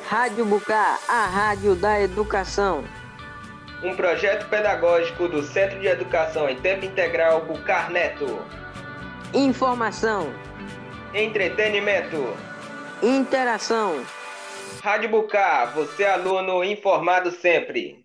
Rádio Bucá, a rádio da educação. Um projeto pedagógico do Centro de Educação em Tempo Integral Bucar Neto. Informação, Entretenimento, interação. Rádio Bucar, você aluno informado sempre.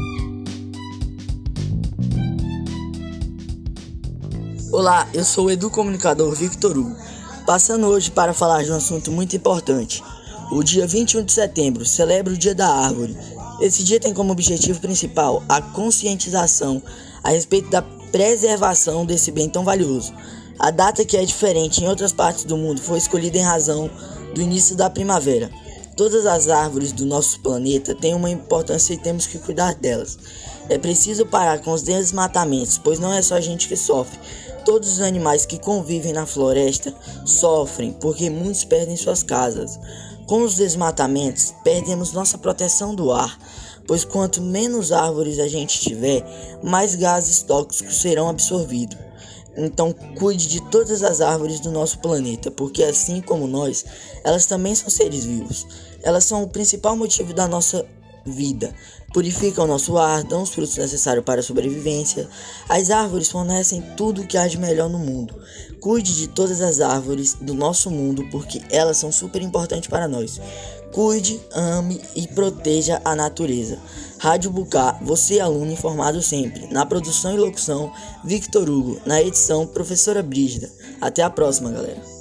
Olá, eu sou o educomunicador Victor Hugo, passando hoje para falar de um assunto muito importante. O dia 21 de setembro celebra o Dia da Árvore. Esse dia tem como objetivo principal a conscientização a respeito da preservação desse bem tão valioso. A data, que é diferente em outras partes do mundo, foi escolhida em razão do início da primavera. Todas as árvores do nosso planeta têm uma importância e temos que cuidar delas. É preciso parar com os desmatamentos, pois não é só a gente que sofre. Todos os animais que convivem na floresta sofrem porque muitos perdem suas casas. Com os desmatamentos, perdemos nossa proteção do ar, pois quanto menos árvores a gente tiver, mais gases tóxicos serão absorvidos. Então cuide de todas as árvores do nosso planeta, porque assim como nós, elas também são seres vivos. Elas são o principal motivo da nossa vida. Purificam nosso ar, dão os frutos necessários para a sobrevivência. As árvores fornecem tudo o que há de melhor no mundo. Cuide de todas as árvores do nosso mundo, porque elas são super importantes para nós. Cuide, ame e proteja a natureza. Rádio Bucá, você aluno informado sempre. Na produção e locução, Victor Hugo. Na edição, professora Brígida. Até a próxima, galera.